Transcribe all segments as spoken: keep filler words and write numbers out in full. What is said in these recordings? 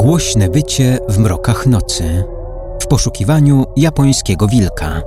Głośne wycie w mrokach nocy, w poszukiwaniu japońskiego wilka.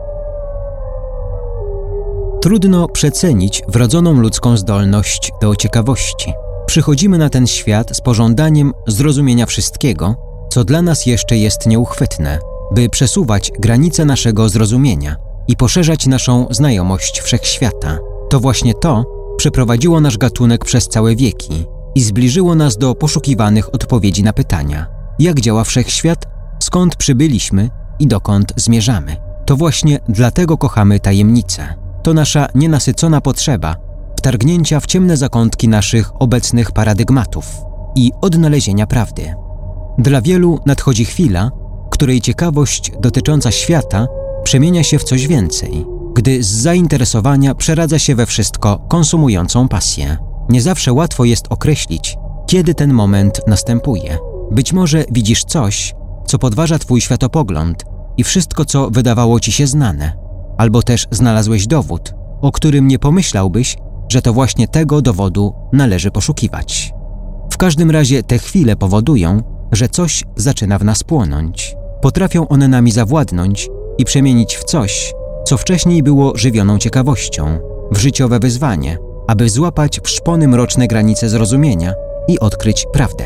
Trudno przecenić wrodzoną ludzką zdolność do ciekawości. Przychodzimy na ten świat z pożądaniem zrozumienia wszystkiego, co dla nas jeszcze jest nieuchwytne, by przesuwać granice naszego zrozumienia i poszerzać naszą znajomość wszechświata. To właśnie to przeprowadziło nasz gatunek przez całe wieki i zbliżyło nas do poszukiwanych odpowiedzi na pytania: jak działa wszechświat, skąd przybyliśmy i dokąd zmierzamy. To właśnie dlatego kochamy tajemnice. To nasza nienasycona potrzeba wtargnięcia w ciemne zakątki naszych obecnych paradygmatów i odnalezienia prawdy. Dla wielu nadchodzi chwila, której ciekawość dotycząca świata przemienia się w coś więcej, gdy z zainteresowania przeradza się we wszystko konsumującą pasję. Nie zawsze łatwo jest określić, kiedy ten moment następuje. Być może widzisz coś, co podważa twój światopogląd i wszystko, co wydawało ci się znane, albo też znalazłeś dowód, o którym nie pomyślałbyś, że to właśnie tego dowodu należy poszukiwać. W każdym razie te chwile powodują, że coś zaczyna w nas płonąć. Potrafią one nami zawładnąć i przemienić w coś, co wcześniej było żywioną ciekawością, w życiowe wyzwanie, aby złapać w szpony mroczne granice zrozumienia i odkryć prawdę.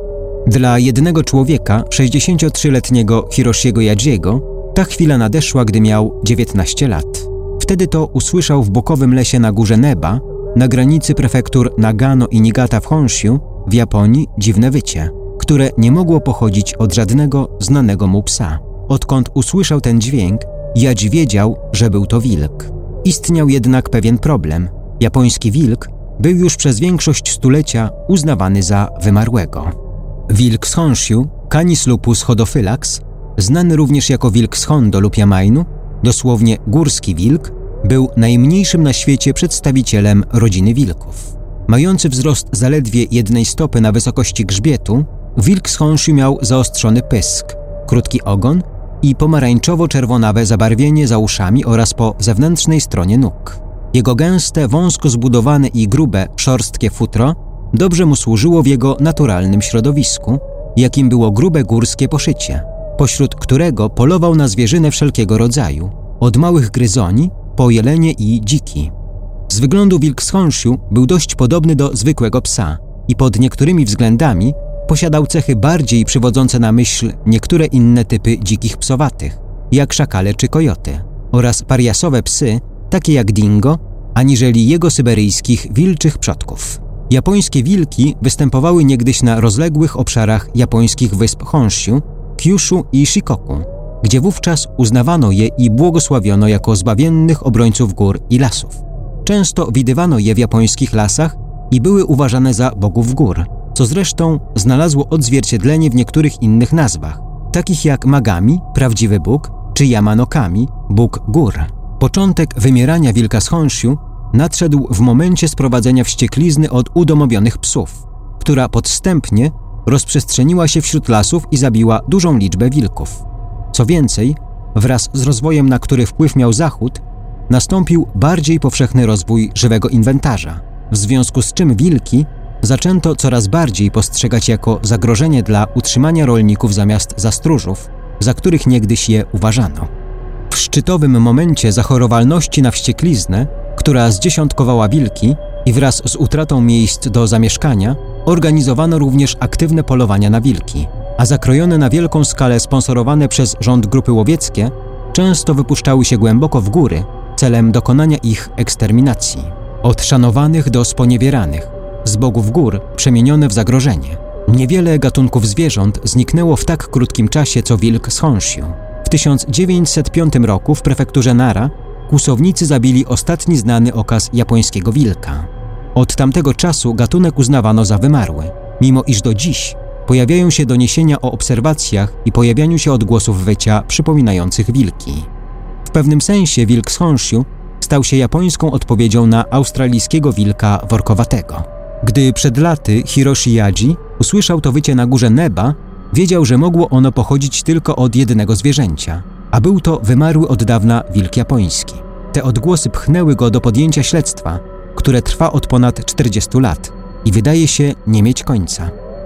Dla jednego człowieka, sześćdziesięciotrzyletniego Hiroshiego Yajiego, ta chwila nadeszła, gdy miał dziewiętnaście lat. Wtedy to usłyszał w bukowym lesie na górze Neba, na granicy prefektur Nagano i Niigata w Honshu, w Japonii, dziwne wycie, które nie mogło pochodzić od żadnego znanego mu psa. Odkąd usłyszał ten dźwięk, Yadzi wiedział, że był to wilk. Istniał jednak pewien problem. Japoński wilk był już przez większość stulecia uznawany za wymarłego. Wilk z Honshu, Canis lupus hodophylax, znany również jako wilk z Hondo lub Yamainu, dosłownie górski wilk, był najmniejszym na świecie przedstawicielem rodziny wilków. Mający wzrost zaledwie jednej stopy na wysokości grzbietu, wilk z Honshu miał zaostrzony pysk, krótki ogon i pomarańczowo-czerwonawe zabarwienie za uszami oraz po zewnętrznej stronie nóg. Jego gęste, wąsko zbudowane i grube, szorstkie futro dobrze mu służyło w jego naturalnym środowisku, jakim było grube górskie poszycie, pośród którego polował na zwierzynę wszelkiego rodzaju, od małych gryzoni po jelenie i dziki. Z wyglądu wilk z Honshu był dość podobny do zwykłego psa i pod niektórymi względami posiadał cechy bardziej przywodzące na myśl niektóre inne typy dzikich psowatych, jak szakale czy kojoty, oraz pariasowe psy, takie jak dingo, aniżeli jego syberyjskich wilczych przodków. Japońskie wilki występowały niegdyś na rozległych obszarach japońskich wysp Honshu, Kyushu i Shikoku, gdzie wówczas uznawano je i błogosławiono jako zbawiennych obrońców gór i lasów. Często widywano je w japońskich lasach i były uważane za bogów gór, co zresztą znalazło odzwierciedlenie w niektórych innych nazwach, takich jak Magami, prawdziwy Bóg, czy Yamanokami, Bóg gór. Początek wymierania wilka z Honshu nadszedł w momencie sprowadzenia wścieklizny od udomowionych psów, która podstępnie rozprzestrzeniła się wśród lasów i zabiła dużą liczbę wilków. Co więcej, wraz z rozwojem, na który wpływ miał Zachód, nastąpił bardziej powszechny rozwój żywego inwentarza, w związku z czym wilki zaczęto coraz bardziej postrzegać jako zagrożenie dla utrzymania rolników zamiast za stróżów, za których niegdyś je uważano. W szczytowym momencie zachorowalności na wściekliznę, która zdziesiątkowała wilki i wraz z utratą miejsc do zamieszkania, organizowano również aktywne polowania na wilki, a zakrojone na wielką skalę sponsorowane przez rząd grupy łowieckie często wypuszczały się głęboko w góry celem dokonania ich eksterminacji. Od szanowanych do sponiewieranych, z bogów gór przemienione w zagrożenie. Niewiele gatunków zwierząt zniknęło w tak krótkim czasie co wilk z Honshu. W tysiąc dziewięćset piątym roku w prefekturze Nara kłusownicy zabili ostatni znany okaz japońskiego wilka. Od tamtego czasu gatunek uznawano za wymarły, mimo iż do dziś pojawiają się doniesienia o obserwacjach i pojawianiu się odgłosów wycia przypominających wilki. W pewnym sensie wilk z Honshu stał się japońską odpowiedzią na australijskiego wilka workowatego. Gdy przed laty Hiroshi Yadzi usłyszał to wycie na górze Neba, wiedział, że mogło ono pochodzić tylko od jednego zwierzęcia, a był to wymarły od dawna wilk japoński. Te odgłosy pchnęły go do podjęcia śledztwa, które trwa od ponad czterdziestu lat i wydaje się nie mieć końca.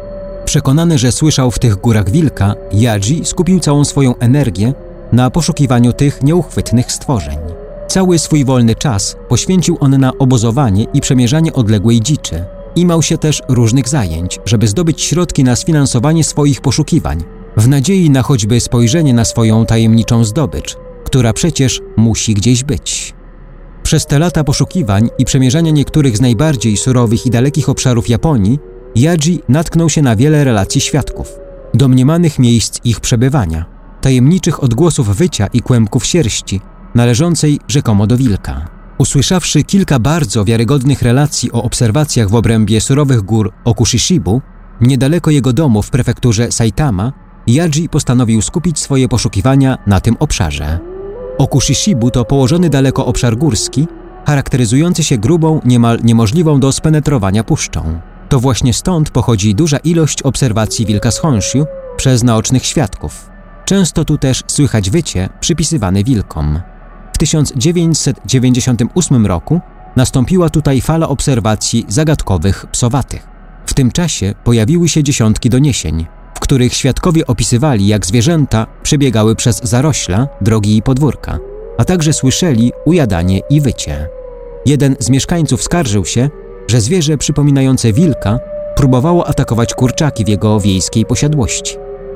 Przekonany, że słyszał w tych górach wilka, Yadzi skupił całą swoją energię na poszukiwaniu tych nieuchwytnych stworzeń. Cały swój wolny czas poświęcił on na obozowanie i przemierzanie odległej dziczy. Imał się też różnych zajęć, żeby zdobyć środki na sfinansowanie swoich poszukiwań, w nadziei na choćby spojrzenie na swoją tajemniczą zdobycz, która przecież musi gdzieś być. Przez te lata poszukiwań i przemierzania niektórych z najbardziej surowych i dalekich obszarów Japonii, Yadzi natknął się na wiele relacji świadków, domniemanych miejsc ich przebywania, tajemniczych odgłosów wycia i kłębków sierści, należącej rzekomo do wilka. Usłyszawszy kilka bardzo wiarygodnych relacji o obserwacjach w obrębie surowych gór Okushishibu, niedaleko jego domu w prefekturze Saitama, Yadzi postanowił skupić swoje poszukiwania na tym obszarze. Okushishibu to położony daleko obszar górski, charakteryzujący się grubą, niemal niemożliwą do spenetrowania puszczą. To właśnie stąd pochodzi duża ilość obserwacji wilka z Honshu przez naocznych świadków. Często tu też słychać wycie przypisywane wilkom. W tysiąc dziewięćset dziewięćdziesiątym ósmym roku nastąpiła tutaj fala obserwacji zagadkowych psowatych. W tym czasie pojawiły się dziesiątki doniesień, w których świadkowie opisywali, jak zwierzęta przebiegały przez zarośla, drogi i podwórka, a także słyszeli ujadanie i wycie. Jeden z mieszkańców skarżył się, że zwierzę przypominające wilka próbowało atakować kurczaki w jego wiejskiej posiadłości.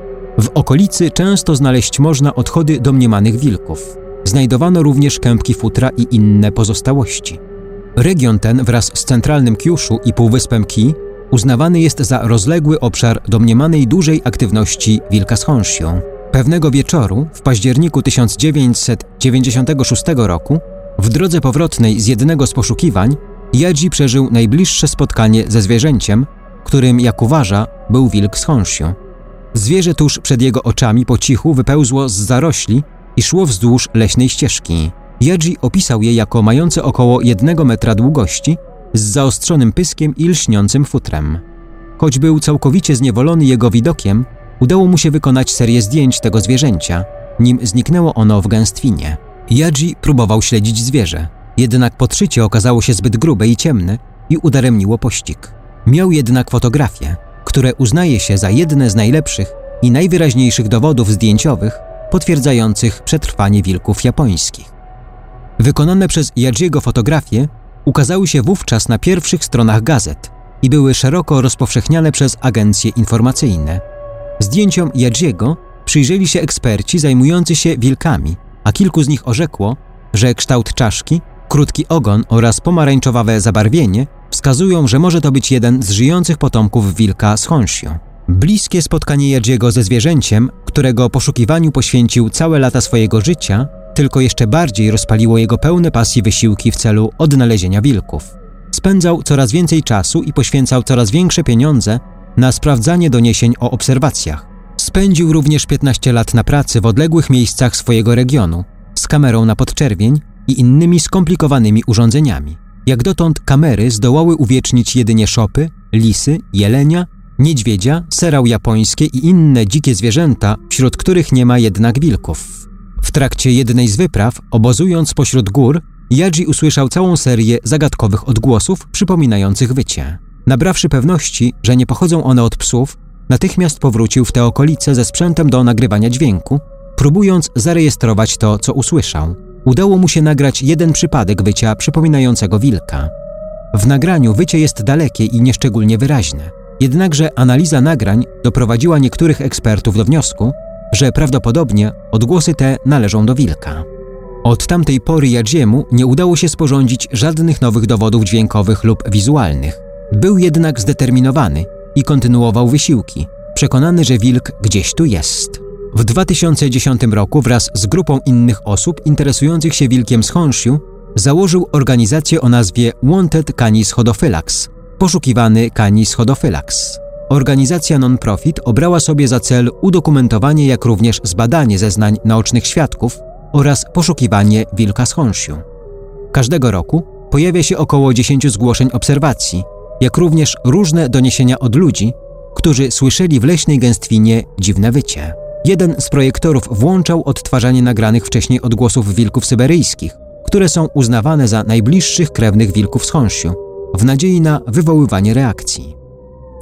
W okolicy często znaleźć można odchody domniemanych wilków. Znajdowano również kępki futra i inne pozostałości. Region ten wraz z centralnym Kyushu i półwyspem Ki uznawany jest za rozległy obszar domniemanej dużej aktywności wilka z Honshu. Pewnego wieczoru w październiku tysiąc dziewięćset dziewięćdziesiątego szóstego roku w drodze powrotnej z jednego z poszukiwań Yadzi przeżył najbliższe spotkanie ze zwierzęciem, którym, jak uważa, był wilk z Honshu. Zwierzę tuż przed jego oczami po cichu wypełzło z zarośli i szło wzdłuż leśnej ścieżki. Yadzi opisał je jako mające około jednego metra długości, z zaostrzonym pyskiem i lśniącym futrem. Choć był całkowicie zniewolony jego widokiem, udało mu się wykonać serię zdjęć tego zwierzęcia, nim zniknęło ono w gęstwinie. Yadzi próbował śledzić zwierzę, jednak podszycie okazało się zbyt grube i ciemne i udaremniło pościg. Miał jednak fotografie, które uznaje się za jedne z najlepszych i najwyraźniejszych dowodów zdjęciowych potwierdzających przetrwanie wilków japońskich. Wykonane przez Yadziego fotografie ukazały się wówczas na pierwszych stronach gazet i były szeroko rozpowszechniane przez agencje informacyjne. Zdjęciom Yadziego przyjrzeli się eksperci zajmujący się wilkami, a kilku z nich orzekło, że kształt czaszki, krótki ogon oraz pomarańczowawe zabarwienie wskazują, że może to być jeden z żyjących potomków wilka z Honshu. Bliskie spotkanie Yadziego ze zwierzęciem, którego poszukiwaniu poświęcił całe lata swojego życia, tylko jeszcze bardziej rozpaliło jego pełne pasji wysiłki w celu odnalezienia wilków. Spędzał coraz więcej czasu i poświęcał coraz większe pieniądze na sprawdzanie doniesień o obserwacjach. Spędził również piętnaście lat na pracy w odległych miejscach swojego regionu, z kamerą na podczerwień i innymi skomplikowanymi urządzeniami. Jak dotąd kamery zdołały uwiecznić jedynie szopy, lisy, jelenia, niedźwiedzia, serał japońskie i inne dzikie zwierzęta, wśród których nie ma jednak wilków. W trakcie jednej z wypraw, obozując pośród gór, Yadzi usłyszał całą serię zagadkowych odgłosów przypominających wycie. Nabrawszy pewności, że nie pochodzą one od psów, natychmiast powrócił w te okolice ze sprzętem do nagrywania dźwięku, próbując zarejestrować to, co usłyszał. Udało mu się nagrać jeden przypadek wycia przypominającego wilka. W nagraniu wycie jest dalekie i nieszczególnie wyraźne. Jednakże analiza nagrań doprowadziła niektórych ekspertów do wniosku, że prawdopodobnie odgłosy te należą do wilka. Od tamtej pory Yadziemu nie udało się sporządzić żadnych nowych dowodów dźwiękowych lub wizualnych. Był jednak zdeterminowany i kontynuował wysiłki, przekonany, że wilk gdzieś tu jest. W dwa tysiące dziesiątym roku wraz z grupą innych osób interesujących się wilkiem z Honshu założył organizację o nazwie Wanted Canis Hodophylax, poszukiwany Canis Hodophylax. Organizacja non-profit obrała sobie za cel udokumentowanie, jak również zbadanie zeznań naocznych świadków oraz poszukiwanie wilka z Honshu. Każdego roku pojawia się około dziesięciu zgłoszeń obserwacji, jak również różne doniesienia od ludzi, którzy słyszeli w leśnej gęstwinie dziwne wycie. Jeden z projektorów włączał odtwarzanie nagranych wcześniej odgłosów wilków syberyjskich, które są uznawane za najbliższych krewnych wilków z Honshu, w nadziei na wywoływanie reakcji.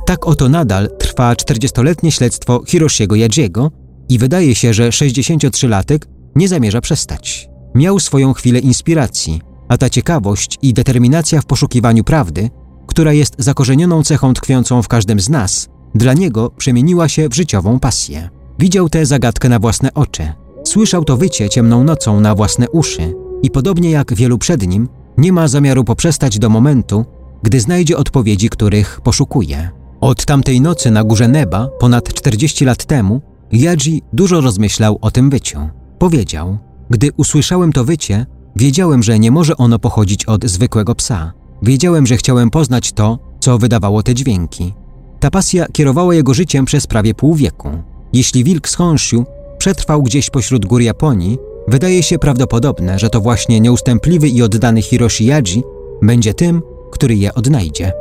Tak oto nadal trwa czterdziestoletnie śledztwo Hiroshiego Yajiego i wydaje się, że sześćdziesięciotrzylatek nie zamierza przestać. Miał swoją chwilę inspiracji, a ta ciekawość i determinacja w poszukiwaniu prawdy, która jest zakorzenioną cechą tkwiącą w każdym z nas, dla niego przemieniła się w życiową pasję. Widział tę zagadkę na własne oczy, słyszał to wycie ciemną nocą na własne uszy i podobnie jak wielu przed nim, nie ma zamiaru poprzestać do momentu, gdy znajdzie odpowiedzi, których poszukuje. Od tamtej nocy na górze Neba, ponad czterdzieści lat temu, Yaji dużo rozmyślał o tym wyciu. Powiedział: gdy usłyszałem to wycie, wiedziałem, że nie może ono pochodzić od zwykłego psa. Wiedziałem, że chciałem poznać to, co wydawało te dźwięki. Ta pasja kierowała jego życiem przez prawie pół wieku. Jeśli wilk z Honshu przetrwał gdzieś pośród gór Japonii, wydaje się prawdopodobne, że to właśnie nieustępliwy i oddany Hiroshi Yaji będzie tym, który je odnajdzie.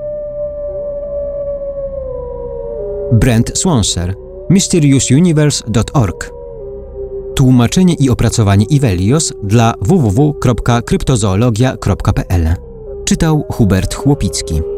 Brent Swanser, mysterious universe kropka org. Tłumaczenie i opracowanie Ivelios dla w w w kropka kryptozoologia kropka p l. Czytał Hubert Chłopicki.